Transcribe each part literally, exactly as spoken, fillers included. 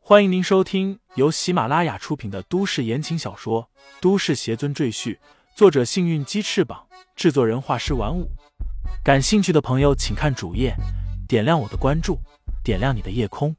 欢迎您收听由喜马拉雅出品的都市言情小说《都市邪尊赘婿》，作者幸运鸡翅膀，制作人画师玩五。感兴趣的朋友请看主页，点亮我的关注，点亮你的夜空。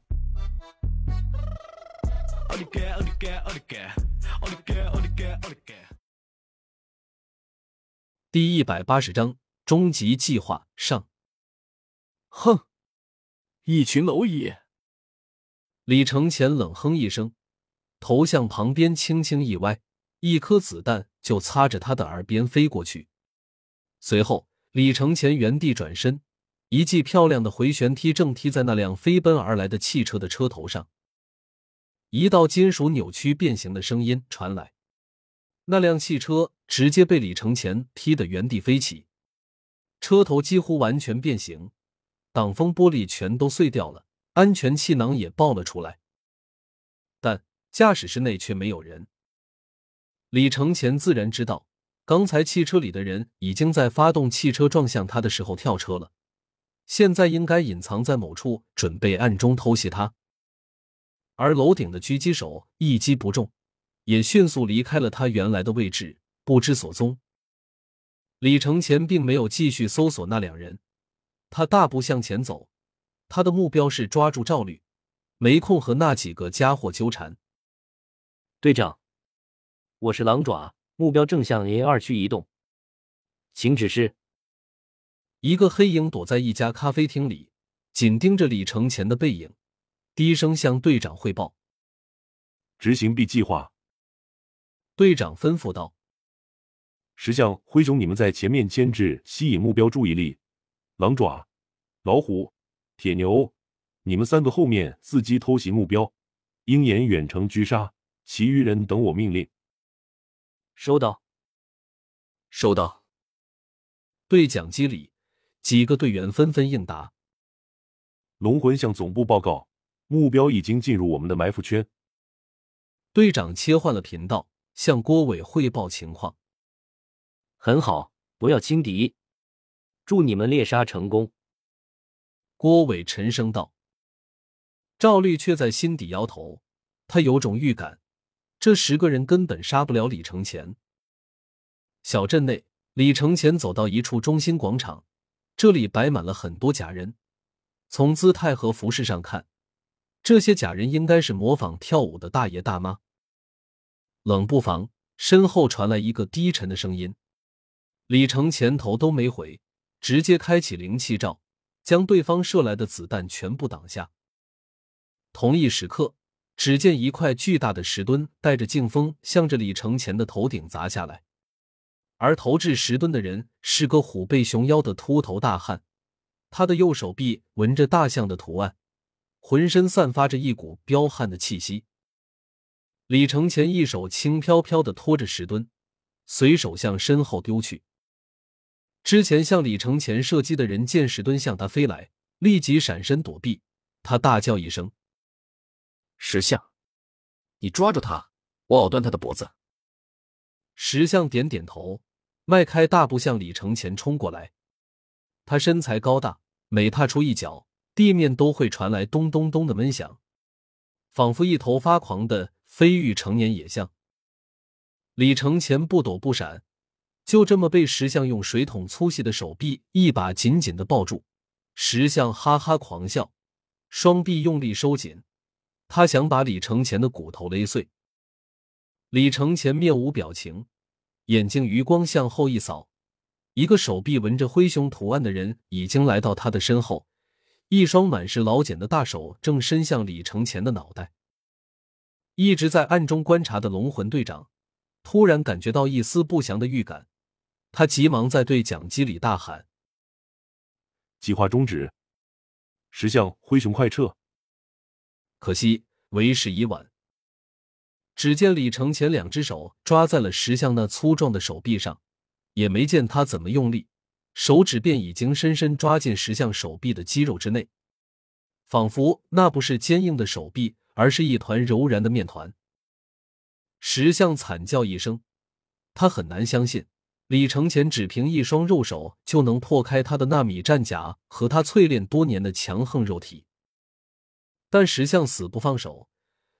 第一百八十章终极计划上。 哼，一群蝼蚁！ 李承前冷哼一声，头向旁边轻轻一歪，一颗子弹就擦着他的耳边飞过去。随后李承前原地转身，一记漂亮的回旋踢正踢在那辆飞奔而来的汽车的车头上。一道金属扭曲变形的声音传来，那辆汽车直接被李承前踢得原地飞起，车头几乎完全变形，挡风玻璃全都碎掉了，安全气囊也爆了出来，但驾驶室内却没有人。李承前自然知道，刚才汽车里的人已经在发动汽车撞向他的时候跳车了，现在应该隐藏在某处，准备暗中偷袭他。而楼顶的狙击手一击不中，也迅速离开了他原来的位置，不知所踪。李承前并没有继续搜索那两人，他大步向前走，他的目标是抓住赵律，没空和那几个家伙纠缠。 队长，我是狼爪，目标正向 A 二 区移动，请指示。 一个黑影躲在一家咖啡厅里，紧盯着李承前的背影，低声向队长汇报。 执行 B 计划。 队长吩咐道。 石像、灰熊，你们在前面牵制，吸引目标注意力。狼爪、老虎、铁牛，你们三个后面伺机偷袭目标。鹰眼远程狙杀，其余人等我命令。 收到。 收到。 对讲机里，几个队员纷纷应答。 龙魂向总部报告，目标已经进入我们的埋伏圈。 队长切换了频道，向郭伟汇报情况。 很好，不要轻敌，祝你们猎杀成功。 郭伟沉声道。赵律却在心底摇头，他有种预感，这十个人根本杀不了李承前。小镇内，李承前走到一处中心广场，这里摆满了很多假人，从姿态和服饰上看，这些假人应该是模仿跳舞的大爷大妈。冷不防，身后传来一个低沉的声音，李承前头都没回，直接开启灵气罩，将对方射来的子弹全部挡下。同一时刻，只见一块巨大的石墩带着劲风向着李承前的头顶砸下来，而投掷石墩的人是个虎背熊腰的秃头大汉，他的右手臂纹着大象的图案，浑身散发着一股彪悍的气息。李承前一手轻飘飘地拖着石墩，随手向身后丢去。之前向李承前射击的人见石墩向他飞来，立即闪身躲避，他大叫一声： 石像，你抓住他，我咬断他的脖子。 石像点点头，迈开大步向李承前冲过来。他身材高大，每踏出一脚，地面都会传来咚咚咚的闷响，仿佛一头发狂的非育成年野象。李承前不躲不闪，就这么被石像用水桶粗细的手臂一把紧紧地抱住。石像哈哈狂笑，双臂用力收紧，他想把李承前的骨头勒碎。李承前面无表情，眼睛余光向后一扫，一个手臂纹着灰熊图案的人已经来到他的身后，一双满是老茧的大手正伸向李承前的脑袋。一直在暗中观察的龙魂队长突然感觉到一丝不祥的预感，他急忙在对讲机里大喊： 计划终止，石像、灰熊快撤！ 可惜为时已晚。只见李承前两只手抓在了石像那粗壮的手臂上，也没见他怎么用力，手指便已经深深抓进石像手臂的肌肉之内，仿佛那不是坚硬的手臂，而是一团柔然的面团。石像惨叫一声，他很难相信李承前只凭一双肉手就能破开他的纳米战甲和他淬炼多年的强横肉体。但石像死不放手，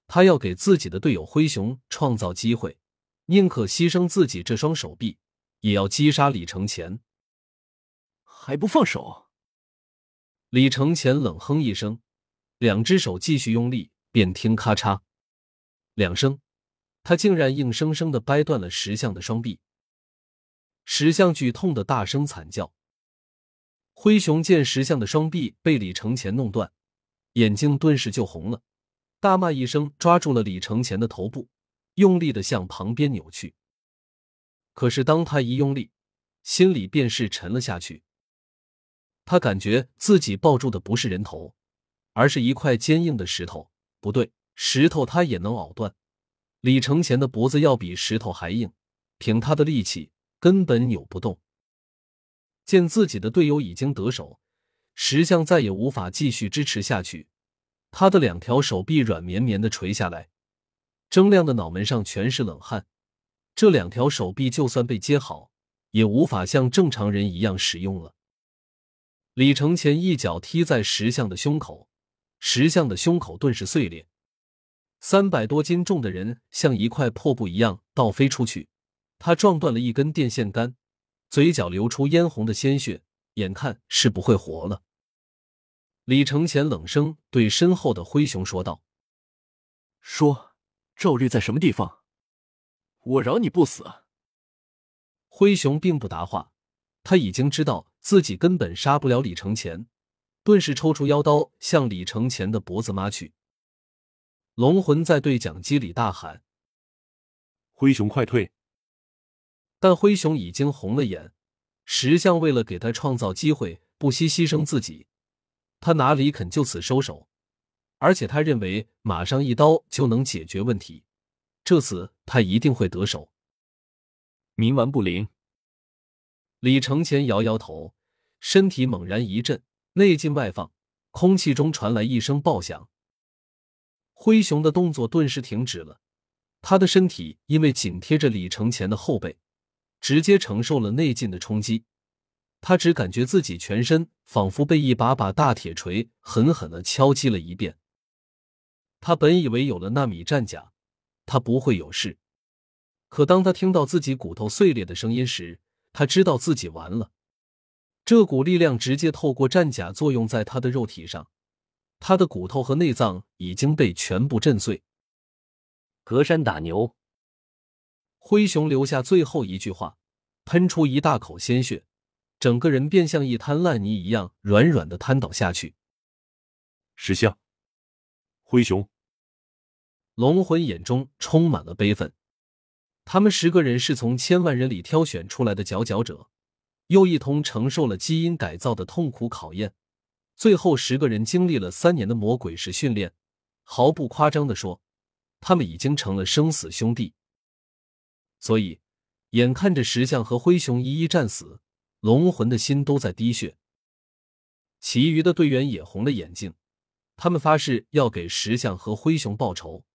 他要给自己的队友灰熊创造机会，宁可牺牲自己这双手臂，也要击杀李承前。 还不放手！ 李承前冷哼一声，两只手继续用力，便听咔嚓两声，他竟然硬生生地掰断了石像的双臂。石像剧痛的大声惨叫。灰熊见石像的双臂被李承前弄断，眼睛顿时就红了，大骂一声，抓住了李承前的头部，用力地向旁边扭去。可是当他一用力，心里便是沉了下去。他感觉自己抱住的不是人头，而是一块坚硬的石头。不对，石头他也能咬断。李承前的脖子要比石头还硬，凭他的力气根本扭不动。见自己的队友已经得手，石像再也无法继续支持下去，他的两条手臂软绵绵地垂下来，铮亮的脑门上全是冷汗。这两条手臂就算被接好，也无法像正常人一样使用了。李承前一脚踢在石像的胸口，石像的胸口顿时碎裂，三百多斤重的人像一块破布一样倒飞出去，他撞断了一根电线杆，嘴角流出嫣红的鲜血，眼看是不会活了。李承前冷声对身后的灰熊说道： 说，赵律在什么地方？我饶你不死。 灰熊并不答话，他已经知道自己根本杀不了李承前，顿时抽出腰刀向李承前的脖子抹去。龙魂在对讲机里大喊： 灰熊快退！ 但灰熊已经红了眼，石像为了给他创造机会，不惜牺牲自己，他哪里肯就此收手？而且他认为马上一刀就能解决问题，这次他一定会得手。 冥顽不灵。 李承前摇摇头，身体猛然一震，内劲外放，空气中传来一声爆响。灰熊的动作顿时停止了，他的身体因为紧贴着李承前的后背，直接承受了内劲的冲击。他只感觉自己全身仿佛被一把把大铁锤狠狠地敲击了一遍。他本以为有了纳米战甲，他不会有事。可当他听到自己骨头碎裂的声音时，他知道自己完了。这股力量直接透过战甲作用在他的肉体上，他的骨头和内脏已经被全部震碎。 隔山打牛。 灰熊留下最后一句话，喷出一大口鲜血，整个人便像一滩烂泥一样软软的瘫倒下去。 石像，灰熊， 龙魂眼中充满了悲愤。他们十个人是从千万人里挑选出来的佼佼者，又一同承受了基因改造的痛苦考验。最后十个人经历了三年的魔鬼式训练，毫不夸张地说，他们已经成了生死兄弟。所以，眼看着石像和灰熊一一战死，龙魂的心都在滴血。其余的队员也红了眼睛，他们发誓要给石像和灰熊报仇。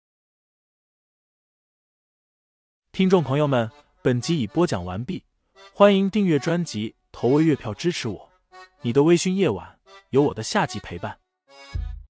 听众朋友们，本集已播讲完毕，欢迎订阅专辑，投喂月票支持我。你的微醺夜晚，有我的下集陪伴。